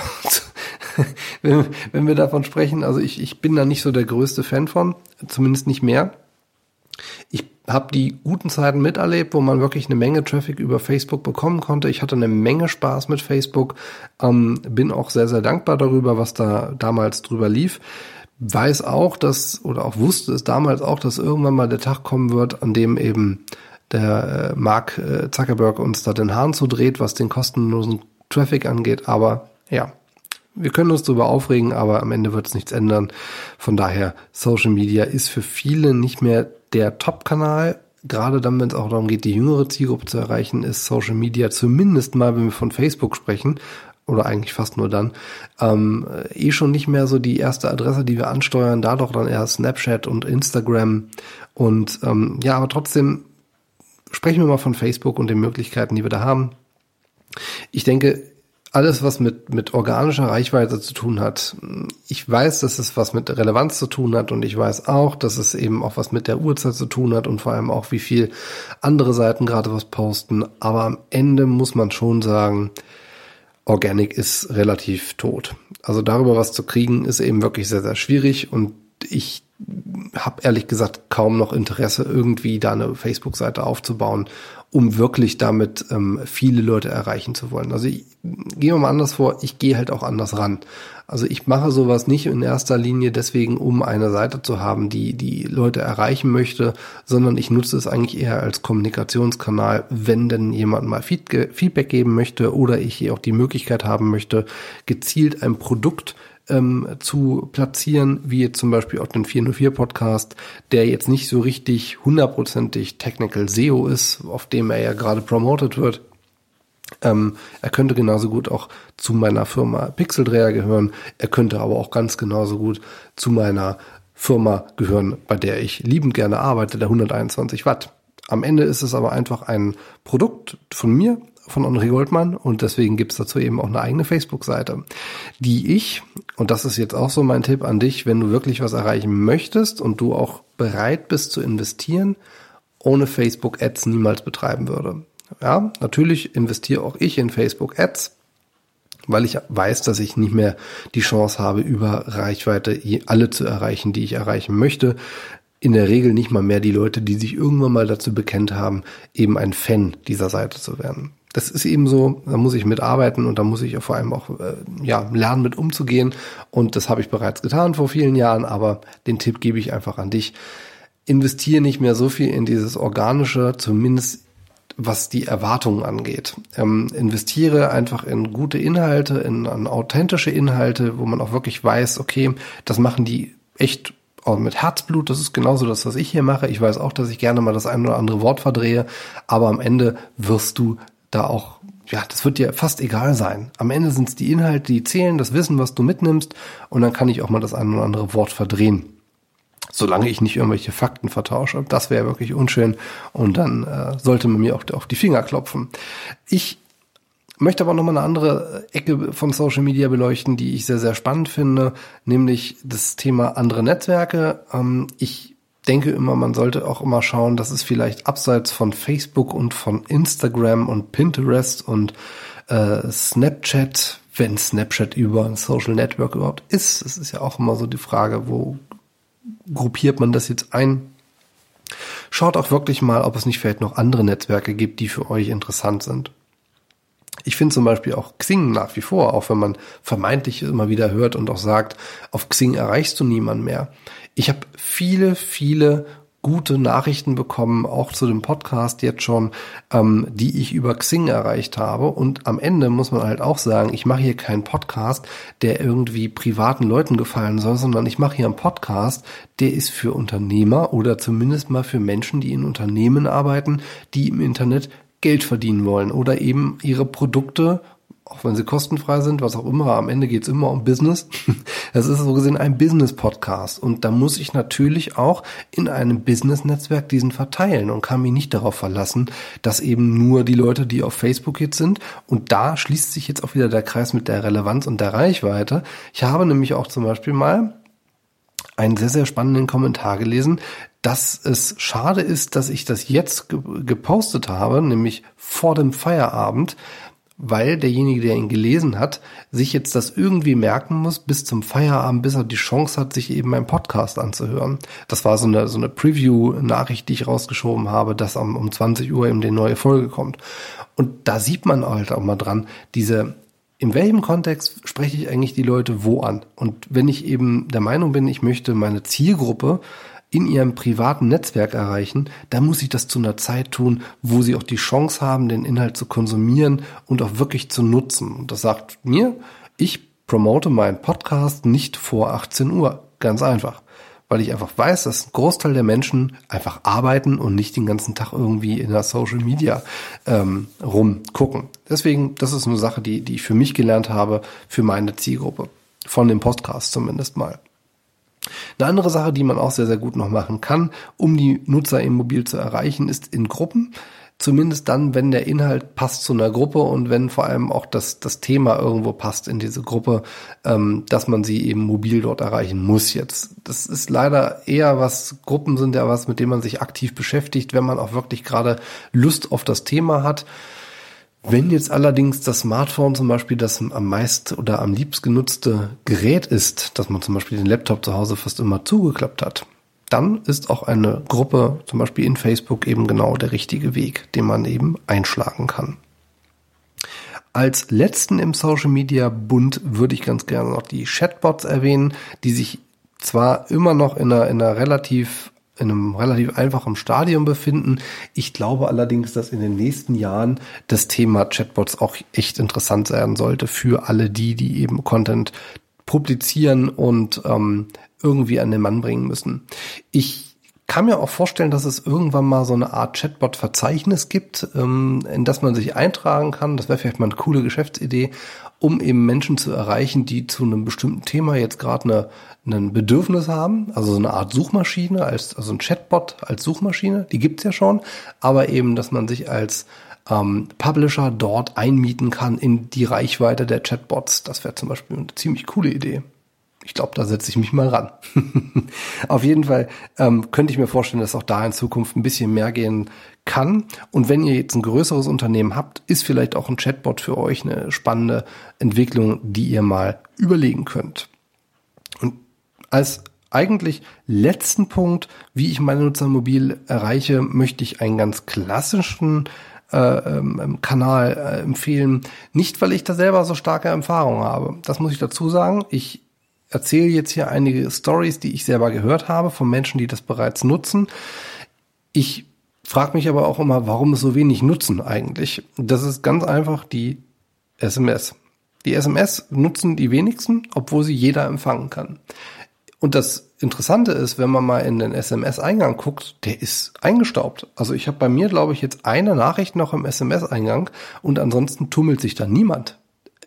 wenn, wenn wir davon sprechen. Also ich, ich bin da nicht so der größte Fan von, zumindest nicht mehr. Ich habe die guten Zeiten miterlebt, wo man wirklich eine Menge Traffic über Facebook bekommen konnte. Ich hatte eine Menge Spaß mit Facebook, ähm, bin auch sehr, sehr dankbar darüber, was da damals drüber lief. Weiß auch, dass, oder auch wusste es damals auch, dass irgendwann mal der Tag kommen wird, an dem eben der äh, Mark äh, Zuckerberg uns da den Hahn zudreht, was den kostenlosen Traffic angeht. Aber ja, wir können uns darüber aufregen, aber am Ende wird es nichts ändern. Von daher, Social Media ist für viele nicht mehr der Top-Kanal. Gerade dann, wenn es auch darum geht, die jüngere Zielgruppe zu erreichen, ist Social Media zumindest mal, wenn wir von Facebook sprechen, oder eigentlich fast nur dann, ähm, eh schon nicht mehr so die erste Adresse, die wir ansteuern, da doch dann eher Snapchat und Instagram. Und ähm, ja, aber trotzdem sprechen wir mal von Facebook und den Möglichkeiten, die wir da haben. Ich denke, alles, was mit mit organischer Reichweite zu tun hat, ich weiß, dass es was mit Relevanz zu tun hat und ich weiß auch, dass es eben auch was mit der Uhrzeit zu tun hat und vor allem auch, wie viel andere Seiten gerade was posten. Aber am Ende muss man schon sagen, Organic ist relativ tot. Also darüber was zu kriegen, ist eben wirklich sehr, sehr schwierig und ich habe ehrlich gesagt kaum noch Interesse, irgendwie da eine Facebook-Seite aufzubauen, um wirklich damit ähm, viele Leute erreichen zu wollen. Also ich gehe mal anders vor, ich gehe halt auch anders ran. Also ich mache sowas nicht in erster Linie deswegen, um eine Seite zu haben, die die Leute erreichen möchte, sondern ich nutze es eigentlich eher als Kommunikationskanal, wenn denn jemand mal Feedback geben möchte oder ich hier auch die Möglichkeit haben möchte, gezielt ein Produkt Ähm, zu platzieren, wie jetzt zum Beispiel auch den vier null vier Podcast, der jetzt nicht so richtig hundertprozentig Technical S E O ist, auf dem er ja gerade promoted wird. Ähm, er könnte genauso gut auch zu meiner Firma Pixeldreher gehören, er könnte aber auch ganz genauso gut zu meiner Firma gehören, bei der ich liebend gerne arbeite, der hunderteinundzwanzig Watt. Am Ende ist es aber einfach ein Produkt von mir, von André Goldmann und deswegen gibt's dazu eben auch eine eigene Facebook-Seite, die ich, und das ist jetzt auch so mein Tipp an dich, wenn du wirklich was erreichen möchtest und du auch bereit bist zu investieren, ohne Facebook-Ads niemals betreiben würde. Ja, natürlich investiere auch ich in Facebook-Ads, weil ich weiß, dass ich nicht mehr die Chance habe, über Reichweite alle zu erreichen, die ich erreichen möchte. In der Regel nicht mal mehr die Leute, die sich irgendwann mal dazu bekennt haben, eben ein Fan dieser Seite zu werden. Das ist eben so, da muss ich mitarbeiten und da muss ich vor allem auch äh, ja, lernen, mit umzugehen. Und das habe ich bereits getan vor vielen Jahren, aber den Tipp gebe ich einfach an dich. Investiere nicht mehr so viel in dieses Organische, zumindest was die Erwartungen angeht. Ähm, investiere einfach in gute Inhalte, in, in authentische Inhalte, wo man auch wirklich weiß, okay, das machen die echt auch mit Herzblut. Das ist genauso das, was ich hier mache. Ich weiß auch, dass ich gerne mal das ein oder andere Wort verdrehe, aber am Ende wirst du da auch, ja, das wird dir fast egal sein. Am Ende sind es die Inhalte, die zählen, das Wissen, was du mitnimmst, und dann kann ich auch mal das ein oder andere Wort verdrehen. Solange ich nicht irgendwelche Fakten vertausche. Das wäre wirklich unschön und dann äh, sollte man mir auch auf die Finger klopfen. Ich möchte aber nochmal eine andere Ecke von Social Media beleuchten, die ich sehr, sehr spannend finde, nämlich das Thema andere Netzwerke. Ähm, ich denke immer, man sollte auch immer schauen, dass es vielleicht abseits von Facebook und von Instagram und Pinterest und äh, Snapchat, wenn Snapchat über ein Social Network überhaupt ist, es ist ja auch immer so die Frage, wo gruppiert man das jetzt ein? Schaut auch wirklich mal, ob es nicht vielleicht noch andere Netzwerke gibt, die für euch interessant sind. Ich finde zum Beispiel auch Xing nach wie vor, auch wenn man vermeintlich immer wieder hört und auch sagt, auf Xing erreichst du niemanden mehr. Ich habe viele, viele gute Nachrichten bekommen, auch zu dem Podcast jetzt schon, ähm, die ich über Xing erreicht habe. Und am Ende muss man halt auch sagen, ich mache hier keinen Podcast, der irgendwie privaten Leuten gefallen soll, sondern ich mache hier einen Podcast, der ist für Unternehmer oder zumindest mal für Menschen, die in Unternehmen arbeiten, die im Internet Geld verdienen wollen oder eben ihre Produkte, auch wenn sie kostenfrei sind, was auch immer, am Ende geht's immer um Business. Das ist so gesehen ein Business-Podcast und da muss ich natürlich auch in einem Business-Netzwerk diesen verteilen und kann mich nicht darauf verlassen, dass eben nur die Leute, die auf Facebook jetzt sind, und da schließt sich jetzt auch wieder der Kreis mit der Relevanz und der Reichweite. Ich habe nämlich auch zum Beispiel mal einen sehr, sehr spannenden Kommentar gelesen, dass es schade ist, dass ich das jetzt ge- gepostet habe, nämlich vor dem Feierabend, weil derjenige, der ihn gelesen hat, sich jetzt das irgendwie merken muss bis zum Feierabend, bis er die Chance hat, sich eben meinen Podcast anzuhören. Das war so eine so eine Preview-Nachricht, die ich rausgeschoben habe, dass um, um zwanzig Uhr eben die neue Folge kommt. Und da sieht man halt auch mal dran, diese, in welchem Kontext spreche ich eigentlich die Leute wo an? Und wenn ich eben der Meinung bin, ich möchte meine Zielgruppe in ihrem privaten Netzwerk erreichen, dann muss ich das zu einer Zeit tun, wo sie auch die Chance haben, den Inhalt zu konsumieren und auch wirklich zu nutzen. Und das sagt mir, ich promote meinen Podcast nicht vor achtzehn Uhr. Ganz einfach. Weil ich einfach weiß, dass ein Großteil der Menschen einfach arbeiten und nicht den ganzen Tag irgendwie in der Social Media ähm, rumgucken. Deswegen, das ist eine Sache, die, die ich für mich gelernt habe, für meine Zielgruppe. Von dem Podcast zumindest mal. Eine andere Sache, die man auch sehr, sehr gut noch machen kann, um die Nutzer im Mobil zu erreichen, ist in Gruppen. Zumindest dann, wenn der Inhalt passt zu einer Gruppe und wenn vor allem auch das, das Thema irgendwo passt in diese Gruppe, ähm, dass man sie eben mobil dort erreichen muss jetzt. Das ist leider eher was, Gruppen sind ja was, mit dem man sich aktiv beschäftigt, wenn man auch wirklich gerade Lust auf das Thema hat. Wenn jetzt allerdings das Smartphone zum Beispiel das am meist oder am liebst genutzte Gerät ist, dass man zum Beispiel den Laptop zu Hause fast immer zugeklappt hat, dann ist auch eine Gruppe, zum Beispiel in Facebook, eben genau der richtige Weg, den man eben einschlagen kann. Als letzten im Social Media Bund würde ich ganz gerne noch die Chatbots erwähnen, die sich zwar immer noch in einer, in einer relativ in einem relativ einfachen Stadium befinden. Ich glaube allerdings, dass in den nächsten Jahren das Thema Chatbots auch echt interessant werden sollte für alle die, die eben Content publizieren und ähm, irgendwie an den Mann bringen müssen. Ich kann mir auch vorstellen, dass es irgendwann mal so eine Art Chatbot-Verzeichnis gibt, ähm, in das man sich eintragen kann. Das wäre vielleicht mal eine coole Geschäftsidee, um eben Menschen zu erreichen, die zu einem bestimmten Thema jetzt gerade eine ein Bedürfnis haben, also so eine Art Suchmaschine, als also ein Chatbot als Suchmaschine, die gibt's ja schon, aber eben, dass man sich als ähm, Publisher dort einmieten kann in die Reichweite der Chatbots. Das wäre zum Beispiel eine ziemlich coole Idee. Ich glaube, da setze ich mich mal ran. Auf jeden Fall ähm, könnte ich mir vorstellen, dass auch da in Zukunft ein bisschen mehr gehen kann. Und wenn ihr jetzt ein größeres Unternehmen habt, ist vielleicht auch ein Chatbot für euch eine spannende Entwicklung, die ihr mal überlegen könnt. Und als eigentlich letzten Punkt, wie ich meine Nutzer mobil erreiche, möchte ich einen ganz klassischen äh, ähm, Kanal äh, empfehlen. Nicht, weil ich da selber so starke Erfahrung habe. Das muss ich dazu sagen. Ich erzähle jetzt hier einige Stories, die ich selber gehört habe von Menschen, die das bereits nutzen. Ich frage mich aber auch immer, warum es so wenig nutzen eigentlich. Das ist ganz einfach die S M S. Die S M S nutzen die wenigsten, obwohl sie jeder empfangen kann. Und das Interessante ist, wenn man mal in den S M S-Eingang guckt, der ist eingestaubt. Also ich habe bei mir, glaube ich, jetzt eine Nachricht noch im S M S-Eingang und ansonsten tummelt sich da niemand.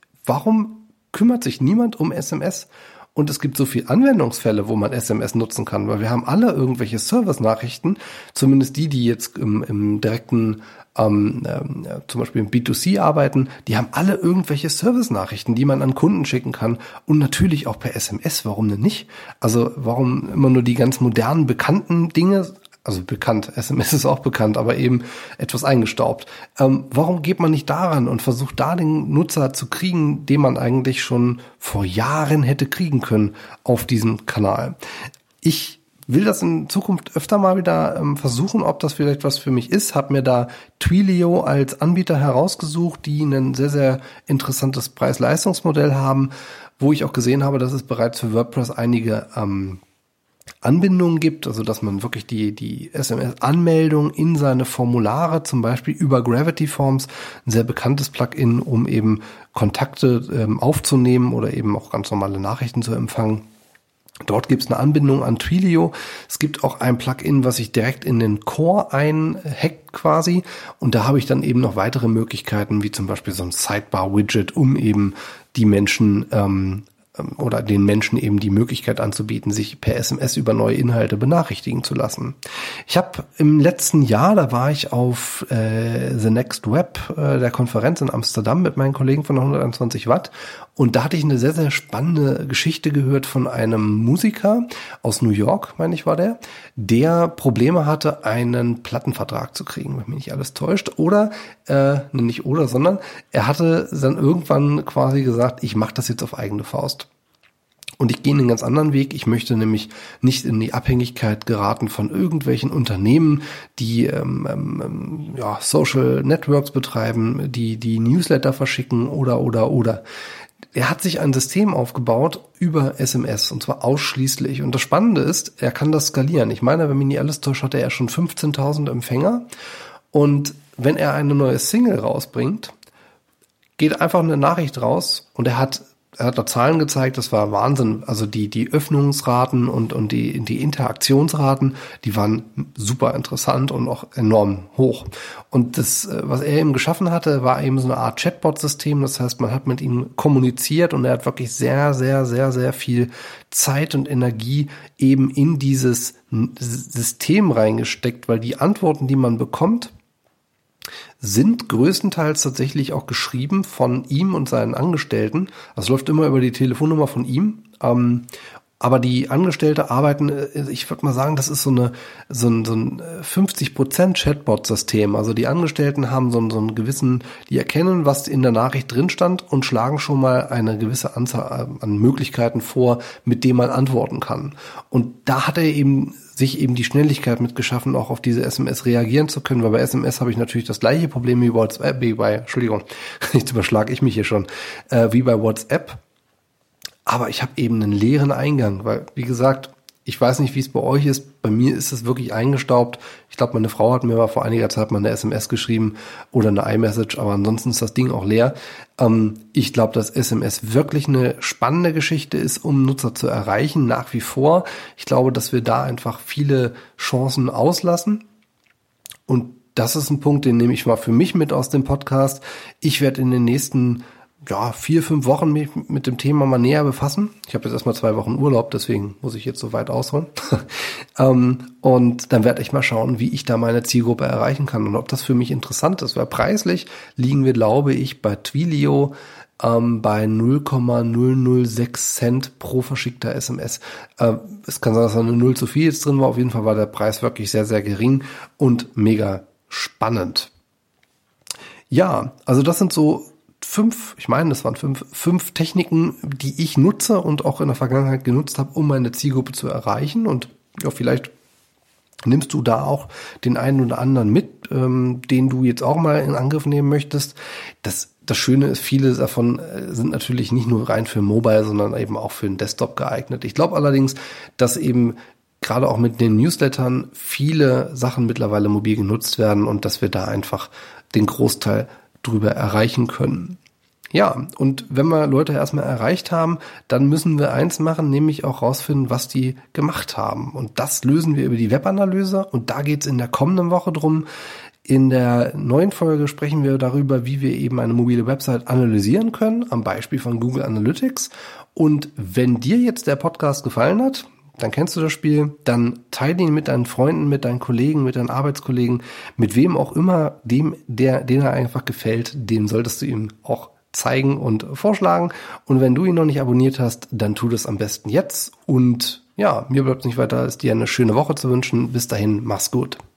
Warum kümmert sich niemand um S M S? Und es gibt so viele Anwendungsfälle, wo man S M S nutzen kann, weil wir haben alle irgendwelche Service-Nachrichten, zumindest die, die jetzt im, im direkten, ähm, äh, zum Beispiel im B zwei C arbeiten, die haben alle irgendwelche Service-Nachrichten, die man an Kunden schicken kann und natürlich auch per S M S, warum denn nicht? Also warum immer nur die ganz modernen, bekannten Dinge? Also bekannt, S M S ist auch bekannt, aber eben etwas eingestaubt. Ähm, warum geht man nicht daran und versucht da den Nutzer zu kriegen, den man eigentlich schon vor Jahren hätte kriegen können auf diesem Kanal? Ich will das in Zukunft öfter mal wieder ähm, versuchen, ob das vielleicht was für mich ist. Hab mir da Twilio als Anbieter herausgesucht, die ein sehr, sehr interessantes Preis-Leistungs-Modell haben, wo ich auch gesehen habe, dass es bereits für WordPress einige ähm, Anbindungen gibt, also dass man wirklich die die S M S-Anmeldung in seine Formulare, zum Beispiel über Gravity Forms, ein sehr bekanntes Plugin, um eben Kontakte ähm, aufzunehmen oder eben auch ganz normale Nachrichten zu empfangen. Dort gibt es eine Anbindung an Twilio. Es gibt auch ein Plugin, was sich direkt in den Core einhackt quasi. Und da habe ich dann eben noch weitere Möglichkeiten, wie zum Beispiel so ein Sidebar-Widget, um eben die Menschen ähm, oder den Menschen eben die Möglichkeit anzubieten, sich per S M S über neue Inhalte benachrichtigen zu lassen. Ich habe im letzten Jahr, da war ich auf äh, The Next Web, äh, der Konferenz in Amsterdam mit meinen Kollegen von hunderteinundzwanzig Watt, und da hatte ich eine sehr, sehr spannende Geschichte gehört von einem Musiker aus New York, meine ich war der, der Probleme hatte, einen Plattenvertrag zu kriegen, wenn mich nicht alles täuscht. Oder, äh, nicht oder, sondern er hatte dann irgendwann quasi gesagt, ich mache das jetzt auf eigene Faust. Und ich gehe einen ganz anderen Weg. Ich möchte nämlich nicht in die Abhängigkeit geraten von irgendwelchen Unternehmen, die ähm, ähm, ja, Social Networks betreiben, die die Newsletter verschicken oder, oder, oder. Er hat sich ein System aufgebaut über S M S, und zwar ausschließlich. Und das Spannende ist, er kann das skalieren. Ich meine, wenn mich nicht alles täuscht, hatte er schon fünfzehntausend Empfänger. Und wenn er eine neue Single rausbringt, geht einfach eine Nachricht raus und er hat Er hat da Zahlen gezeigt, das war Wahnsinn. Also die die Öffnungsraten und und die die Interaktionsraten, die waren super interessant und auch enorm hoch. Und das, was er eben geschaffen hatte, war eben so eine Art Chatbot-System. Das heißt, man hat mit ihm kommuniziert und er hat wirklich sehr, sehr, sehr, sehr viel Zeit und Energie eben in dieses System reingesteckt, weil die Antworten, die man bekommt, sind größtenteils tatsächlich auch geschrieben von ihm und seinen Angestellten. Das läuft immer über die Telefonnummer von ihm. Ähm, aber die Angestellte arbeiten, ich würde mal sagen, das ist so eine so ein, so ein fünfzig Prozent Chatbot-System. Also die Angestellten haben so einen, so einen gewissen, die erkennen, was in der Nachricht drin stand und schlagen schon mal eine gewisse Anzahl an Möglichkeiten vor, mit denen man antworten kann. Und da hat er eben sich eben die Schnelligkeit mit geschaffen, auch auf diese S M S reagieren zu können, weil bei S M S habe ich natürlich das gleiche Problem wie WhatsApp, wie bei, Entschuldigung, jetzt überschlage ich mich hier schon, äh, wie bei WhatsApp, aber ich habe eben einen leeren Eingang, weil, wie gesagt, ich weiß nicht, wie es bei euch ist, bei mir ist es wirklich eingestaubt. Ich glaube, meine Frau hat mir mal vor einiger Zeit mal eine S M S geschrieben oder eine iMessage, aber ansonsten ist das Ding auch leer. Ähm, ich glaube, dass S M S wirklich eine spannende Geschichte ist, um Nutzer zu erreichen, nach wie vor. Ich glaube, dass wir da einfach viele Chancen auslassen. Und das ist ein Punkt, den nehme ich mal für mich mit aus dem Podcast. Ich werde in den nächsten ja, vier, fünf Wochen mich mit dem Thema mal näher befassen. Ich habe jetzt erstmal zwei Wochen Urlaub, deswegen muss ich jetzt so weit ausholen. ähm, und dann werde ich mal schauen, wie ich da meine Zielgruppe erreichen kann und ob das für mich interessant ist. Weil preislich liegen wir, glaube ich, bei Twilio ähm, bei null Komma null null sechs Cent pro verschickter S M S. Äh, es kann sein, dass da eine Null zu viel jetzt drin war. Auf jeden Fall war der Preis wirklich sehr, sehr gering und mega spannend. Ja, also das sind so fünf, ich meine, das waren fünf, fünf Techniken, die ich nutze und auch in der Vergangenheit genutzt habe, um meine Zielgruppe zu erreichen. Und ja, vielleicht nimmst du da auch den einen oder anderen mit, ähm, den du jetzt auch mal in Angriff nehmen möchtest. Das, das Schöne ist, viele davon äh, sind natürlich nicht nur rein für Mobile, sondern eben auch für den Desktop geeignet. Ich glaube allerdings, dass eben gerade auch mit den Newslettern viele Sachen mittlerweile mobil genutzt werden und dass wir da einfach den Großteil drüber erreichen können. Ja, und wenn wir Leute erstmal erreicht haben, dann müssen wir eins machen, nämlich auch rausfinden, was die gemacht haben. Und das lösen wir über die Webanalyse und da geht's in der kommenden Woche drum. In der neuen Folge sprechen wir darüber, wie wir eben eine mobile Website analysieren können, am Beispiel von Google Analytics. Und wenn dir jetzt der Podcast gefallen hat, dann kennst du das Spiel, dann teile ihn mit deinen Freunden, mit deinen Kollegen, mit deinen Arbeitskollegen, mit wem auch immer, dem, der, den er einfach gefällt, dem solltest du ihm auch zeigen und vorschlagen. Und wenn du ihn noch nicht abonniert hast, dann tu das am besten jetzt. Und ja, mir bleibt nicht weiter, als dir eine schöne Woche zu wünschen. Bis dahin, mach's gut.